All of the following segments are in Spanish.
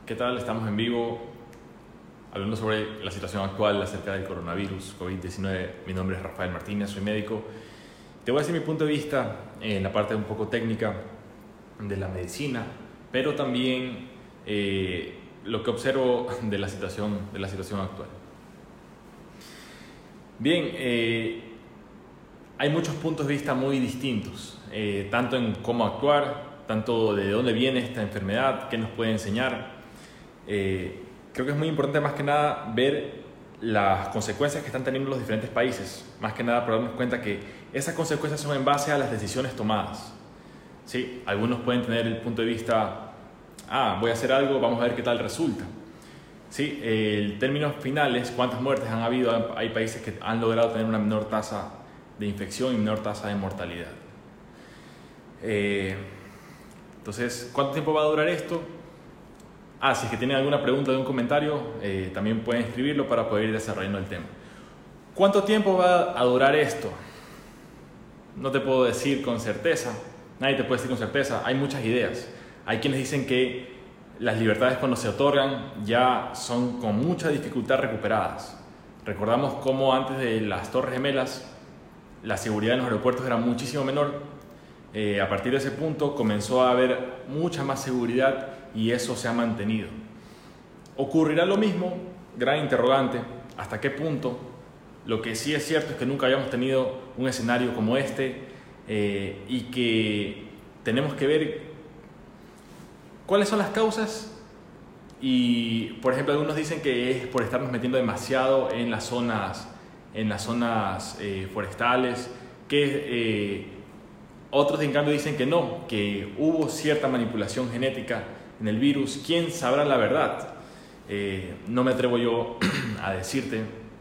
¿Qué tal? Estamos en vivo hablando sobre la situación actual acerca del coronavirus COVID-19. Mi nombre es Rafael Martínez, soy médico. Te voy a decir mi punto de vista en la parte un poco técnica de la medicina, pero también lo que observo de la situación actual. Bien, hay muchos puntos de vista muy distintos, tanto en cómo actuar, tanto de dónde viene esta enfermedad, qué nos puede enseñar. Creo que es muy importante más que nada ver las consecuencias que están teniendo los diferentes países, más que nada para darnos cuenta que esas consecuencias son en base a las decisiones tomadas. ¿Sí? Algunos pueden tener el punto de vista, voy a hacer algo, vamos a ver qué tal resulta. ¿Sí? El término final es cuántas muertes han habido. Hay países que han logrado tener una menor tasa de infección y menor tasa de mortalidad. Entonces, ¿cuánto tiempo va a durar esto? Si es que tienen alguna pregunta de un comentario, también pueden escribirlo para poder ir desarrollando el tema. ¿Cuánto tiempo va a durar esto? No te puedo decir con certeza, nadie te puede decir con certeza, hay muchas ideas. Hay quienes dicen que las libertades cuando se otorgan ya son con mucha dificultad recuperadas. Recordamos cómo antes de las Torres Gemelas la seguridad en los aeropuertos era muchísimo menor. A partir de ese punto comenzó a haber mucha más seguridad y eso se ha mantenido. ¿Ocurrirá lo mismo? Gran interrogante. ¿Hasta qué punto? Lo que sí es cierto es que nunca habíamos tenido un escenario como este y que tenemos que ver cuáles son las causas. Y, por ejemplo, algunos dicen que es por estarnos metiendo demasiado en las zonas forestales, que otros en cambio dicen que no, que hubo cierta manipulación genética en el virus. ¿Quién sabrá la verdad? No me atrevo yo a decirte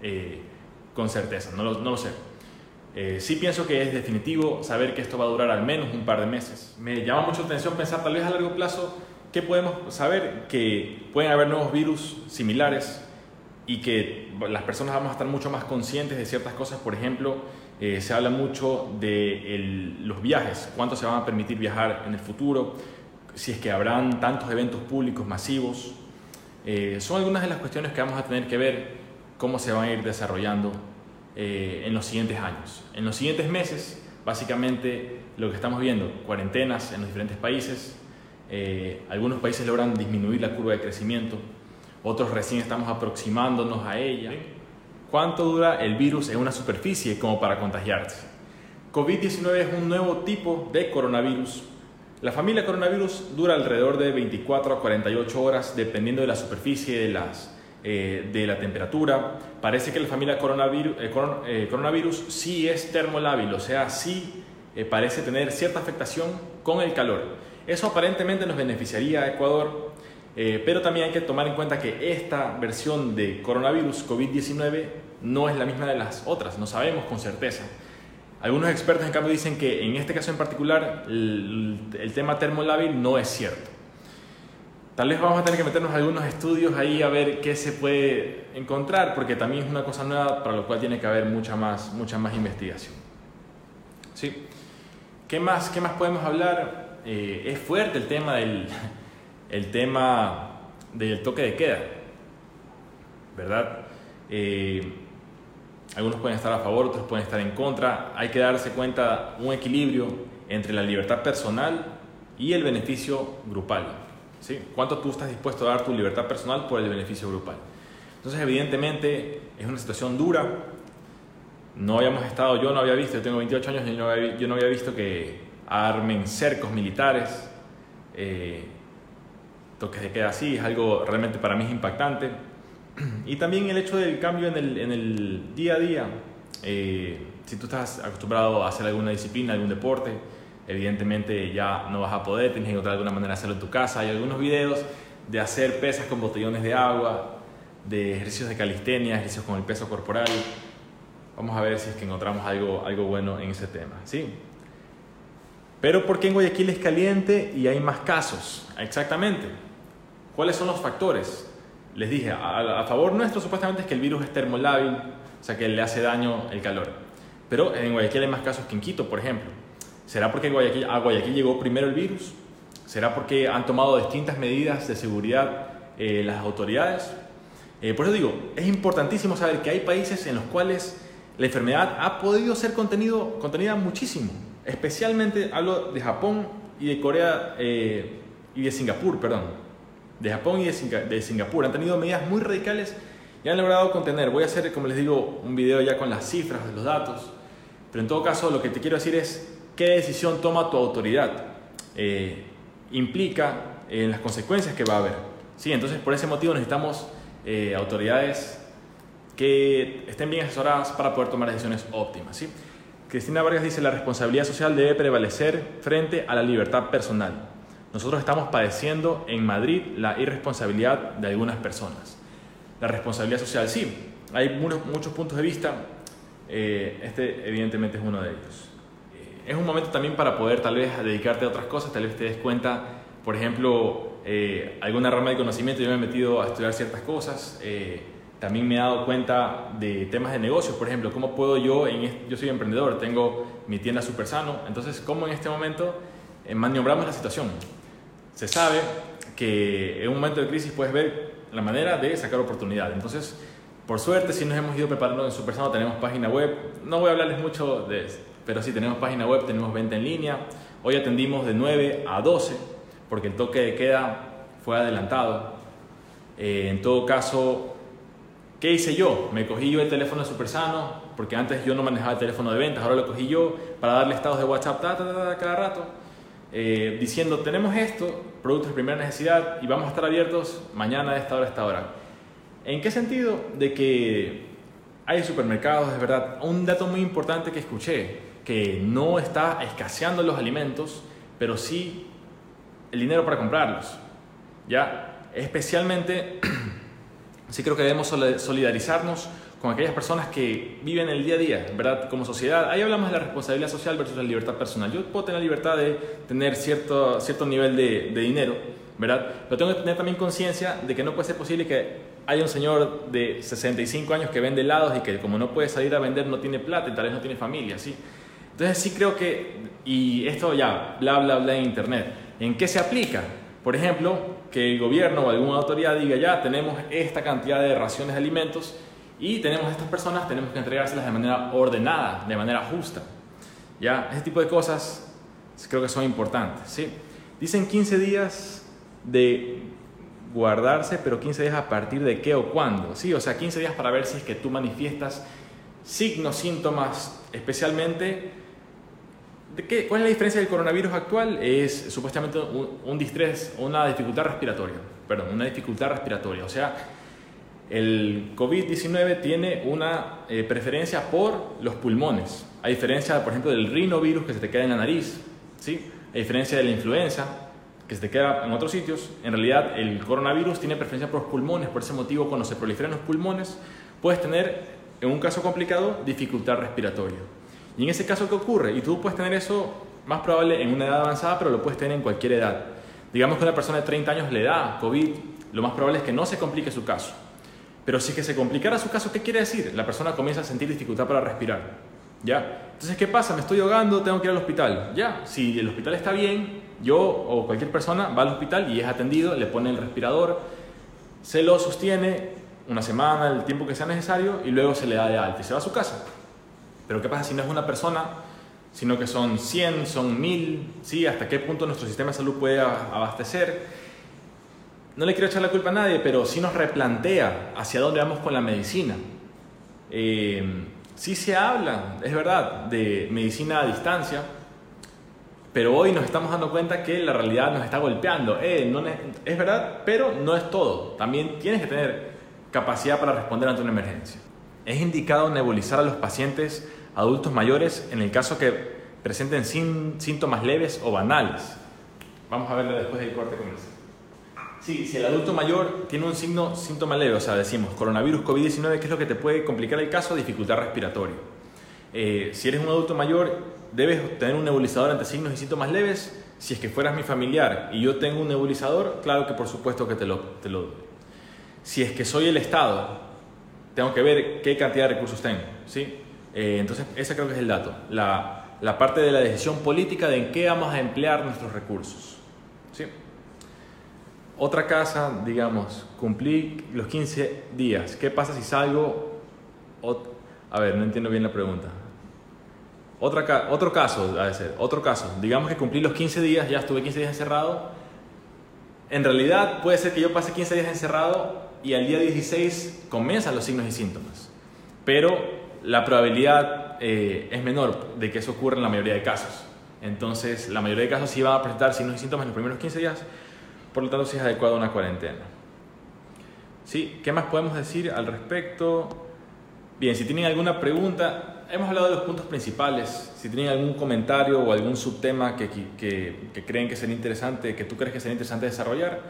con certeza, no lo sé. Sí pienso que es definitivo saber que esto va a durar al menos un par de meses. Me llama mucho la atención pensar tal vez a largo plazo que podemos saber que pueden haber nuevos virus similares y que las personas vamos a estar mucho más conscientes de ciertas cosas. Por ejemplo, se habla mucho de los viajes, cuánto se van a permitir viajar en el futuro, si es que habrán tantos eventos públicos masivos. Son algunas de las cuestiones que vamos a tener que ver cómo se van a ir desarrollando en los siguientes años. En los siguientes meses, básicamente lo que estamos viendo, cuarentenas en los diferentes países. Algunos países logran disminuir la curva de crecimiento, otros recién estamos aproximándonos a ella. ¿Cuánto dura el virus en una superficie como para contagiarse? COVID-19 es un nuevo tipo de coronavirus. La familia coronavirus dura alrededor de 24 a 48 horas dependiendo de la superficie, de la temperatura. Parece que la familia coronavirus sí es termolábil, o sea, sí parece tener cierta afectación con el calor. Eso aparentemente nos beneficiaría a Ecuador. Pero también hay que tomar en cuenta que esta versión de coronavirus COVID-19 no es la misma de las otras, no sabemos con certeza. Algunos expertos en cambio dicen que en este caso en particular el tema termolábil no es cierto. Tal vez vamos a tener que meternos algunos estudios ahí a ver qué se puede encontrar, porque también es una cosa nueva para lo cual tiene que haber mucha más investigación. ¿Sí? ¿Qué más podemos hablar? Es fuerte el tema del toque de queda, ¿verdad? Algunos pueden estar a favor, otros pueden estar en contra. Hay que darse cuenta un equilibrio entre la libertad personal y el beneficio grupal, ¿sí? ¿Cuánto tú estás dispuesto a dar tu libertad personal por el beneficio grupal? Entonces, evidentemente, es una situación dura. Yo no había visto, yo tengo 28 años y yo no había visto que armen cercos militares. Toques de queda así es algo realmente para mí es impactante. Y también el hecho del cambio en el día a día. Si tú estás acostumbrado a hacer alguna disciplina, algún deporte, evidentemente ya no vas a poder, tienes que encontrar alguna manera de hacerlo en tu casa. Hay algunos videos de hacer pesas con botellones de agua, de ejercicios de calistenia, ejercicios con el peso corporal. Vamos a ver si es que encontramos algo bueno en ese tema, ¿sí? Pero ¿por qué en Guayaquil es caliente y hay más casos? Exactamente. ¿Cuáles son los factores? Les dije, a favor nuestro supuestamente es que el virus es termolábil, o sea que le hace daño el calor. Pero en Guayaquil hay más casos que en Quito, por ejemplo. ¿Será porque a Guayaquil llegó primero el virus? ¿Será porque han tomado distintas medidas de seguridad las autoridades. Por eso digo, es importantísimo saber que hay países en los cuales la enfermedad ha podido ser contenida muchísimo. Especialmente hablo de Japón y de Corea y de Singapur, perdón. De Japón y de Singapur. Han tenido medidas muy radicales y han logrado contener. Voy a hacer, como les digo, un video ya con las cifras, los datos. Pero en todo caso, lo que te quiero decir es qué decisión toma tu autoridad. Implica en las consecuencias que va a haber. ¿Sí? Entonces, por ese motivo necesitamos autoridades que estén bien asesoradas para poder tomar decisiones óptimas. ¿Sí? Cristina Vargas dice: la responsabilidad social debe prevalecer frente a la libertad personal. Nosotros estamos padeciendo en Madrid la irresponsabilidad de algunas personas. La responsabilidad social, sí, hay muchos puntos de vista. Este evidentemente es uno de ellos. Es un momento también para poder tal vez dedicarte a otras cosas. Tal vez te des cuenta, por ejemplo, alguna rama de conocimiento. Yo me he metido a estudiar ciertas cosas. También me he dado cuenta de temas de negocios. Por ejemplo, cómo puedo yo soy emprendedor, tengo mi tienda Supersano. Entonces, cómo en este momento maniobramos la situación. Se sabe que en un momento de crisis puedes ver la manera de sacar oportunidad. Entonces, por suerte, sí nos hemos ido preparando en Supersano. Tenemos página web. No voy a hablarles mucho de eso, pero sí tenemos página web, tenemos venta en línea. Hoy atendimos de 9 a 12 porque el toque de queda fue adelantado. En todo caso, ¿qué hice yo? Me cogí yo el teléfono de Supersano, porque antes yo no manejaba el teléfono de ventas, ahora lo cogí yo para darle estados de WhatsApp cada rato, diciendo: tenemos esto, productos de primera necesidad, y vamos a estar abiertos mañana de esta hora a esta hora. ¿En qué sentido? De que hay supermercados, es verdad. Un dato muy importante que escuché, que no está escaseando los alimentos, pero sí el dinero para comprarlos. ¿Ya? Especialmente, sí creo que debemos solidarizarnos con aquellas personas que viven el día a día, ¿verdad? Como sociedad. Ahí hablamos de la responsabilidad social versus la libertad personal. Yo puedo tener la libertad de tener cierto nivel de dinero, ¿verdad? Pero tengo que tener también conciencia de que no puede ser posible que haya un señor de 65 años que vende helados y que, como no puede salir a vender, no tiene plata y tal vez no tiene familia, ¿sí? Entonces sí creo que, y esto ya, bla, bla, bla en internet, ¿en qué se aplica? Por ejemplo, que el gobierno o alguna autoridad diga: ya tenemos esta cantidad de raciones de alimentos y tenemos a estas personas, tenemos que entregárselas de manera ordenada, de manera justa. Ya, ese tipo de cosas creo que son importantes, ¿sí? Dicen 15 días de guardarse, pero 15 días a partir de qué o cuándo, ¿sí? O sea, 15 días para ver si es que tú manifiestas signos, síntomas, especialmente. ¿Cuál es la diferencia del coronavirus actual? Es supuestamente un distrés, una dificultad respiratoria. Una dificultad respiratoria. O sea, el COVID-19 tiene una preferencia por los pulmones. A diferencia, por ejemplo, del rinovirus que se te queda en la nariz, ¿sí? A diferencia de la influenza que se te queda en otros sitios, en realidad el coronavirus tiene preferencia por los pulmones. Por ese motivo, cuando se proliferan los pulmones, puedes tener, en un caso complicado, dificultad respiratoria. Y en ese caso, ¿qué ocurre? Y tú puedes tener eso más probable en una edad avanzada, pero lo puedes tener en cualquier edad. Digamos que a una persona de 30 años le da COVID, lo más probable es que no se complique su caso. Pero si es que se complicara su caso, ¿qué quiere decir? La persona comienza a sentir dificultad para respirar. ¿Ya? Entonces, ¿qué pasa? Me estoy ahogando, tengo que ir al hospital. Ya, si el hospital está bien, yo o cualquier persona va al hospital y es atendido, le pone el respirador, se lo sostiene una semana, el tiempo que sea necesario, y luego se le da de alta y se va a su casa. Pero ¿qué pasa si no es una persona, sino que son 100, son 1000? ¿Sí? ¿Hasta qué punto nuestro sistema de salud puede abastecer? No le quiero echar la culpa a nadie, pero sí nos replantea hacia dónde vamos con la medicina. Sí se habla, es verdad, de medicina a distancia, pero hoy nos estamos dando cuenta que la realidad nos está golpeando. Es verdad, pero no es todo. También tienes que tener capacidad para responder ante una emergencia. Es indicado nebulizar a los pacientes adultos mayores en el caso que presenten síntomas leves o banales. Vamos a verlo después del corte comercial. Sí, si el adulto mayor tiene un síntoma leve, o sea, decimos coronavirus, COVID-19, ¿qué es lo que te puede complicar el caso? Dificultad respiratoria. Si eres un adulto mayor, debes tener un nebulizador ante signos y síntomas leves. Si es que fueras mi familiar y yo tengo un nebulizador, claro que por supuesto que te lo doy. Si es que soy el Estado, tengo que ver qué cantidad de recursos tengo, ¿sí? Entonces, ese creo que es el dato. La parte de la decisión política de en qué vamos a emplear nuestros recursos, ¿sí? Otra casa, digamos, cumplí los 15 días. ¿Qué pasa si salgo? A ver, no entiendo bien la pregunta. Otro caso, a veces, otro caso. Digamos que cumplí los 15 días, ya estuve 15 días encerrado. En realidad puede ser que yo pase 15 días encerrado y al día 16 comienzan los signos y síntomas. Pero la probabilidad es menor de que eso ocurra en la mayoría de casos. Entonces, la mayoría de casos sí van a presentar signos y síntomas en los primeros 15 días. Por lo tanto, sí es adecuada una cuarentena. ¿Sí? ¿Qué más podemos decir al respecto? Bien, si tienen alguna pregunta, hemos hablado de los puntos principales. Si tienen algún comentario o algún subtema que creen que sería interesante, que tú crees que sería interesante desarrollar,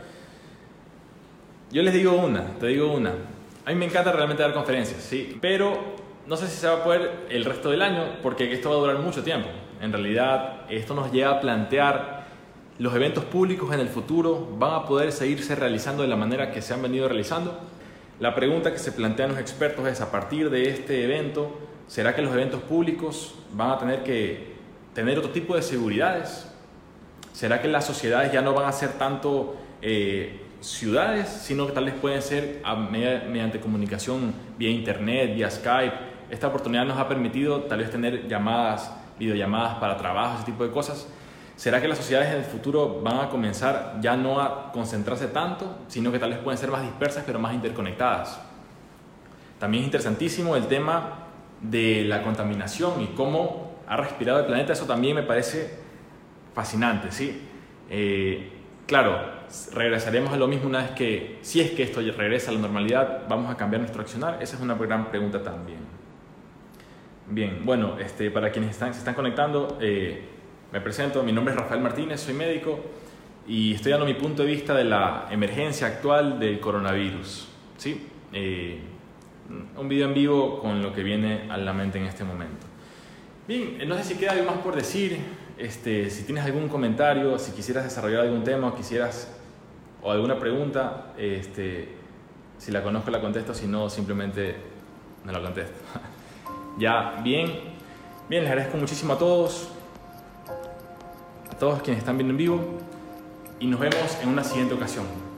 yo les digo te digo una. A mí me encanta realmente dar conferencias, ¿sí? Pero no sé si se va a poder el resto del año porque esto va a durar mucho tiempo. En realidad, esto nos lleva a plantear los eventos públicos en el futuro van a poder seguirse realizando de la manera que se han venido realizando. La pregunta que se plantean los expertos es, a partir de este evento, ¿será que los eventos públicos van a tener que tener otro tipo de seguridades? ¿Será que las sociedades ya no van a ser tanto ciudades, sino que tal vez pueden ser mediante comunicación vía internet, vía Skype? Esta oportunidad nos ha permitido tal vez tener llamadas, videollamadas para trabajo, ese tipo de cosas. ¿Será que las sociedades en el futuro van a comenzar ya no a concentrarse tanto, sino que tal vez pueden ser más dispersas pero más interconectadas? También es interesantísimo el tema de la contaminación y cómo ha respirado el planeta. Eso también me parece fascinante, ¿sí? Claro, regresaremos a lo mismo una vez que, si es que esto regresa a la normalidad, ¿vamos a cambiar nuestro accionar? Esa es una gran pregunta también. Bien, bueno, para quienes se están conectando, me presento, mi nombre es Rafael Martínez, soy médico y estoy dando mi punto de vista de la emergencia actual del coronavirus, ¿sí? Un video en vivo con lo que viene a la mente en este momento. Bien, no sé si queda algo más por decir, si tienes algún comentario, si quisieras desarrollar algún tema o alguna pregunta, si la conozco la contesto, si no simplemente no la contesto. Ya, bien, les agradezco muchísimo a todos quienes están viendo en vivo y nos vemos en una siguiente ocasión.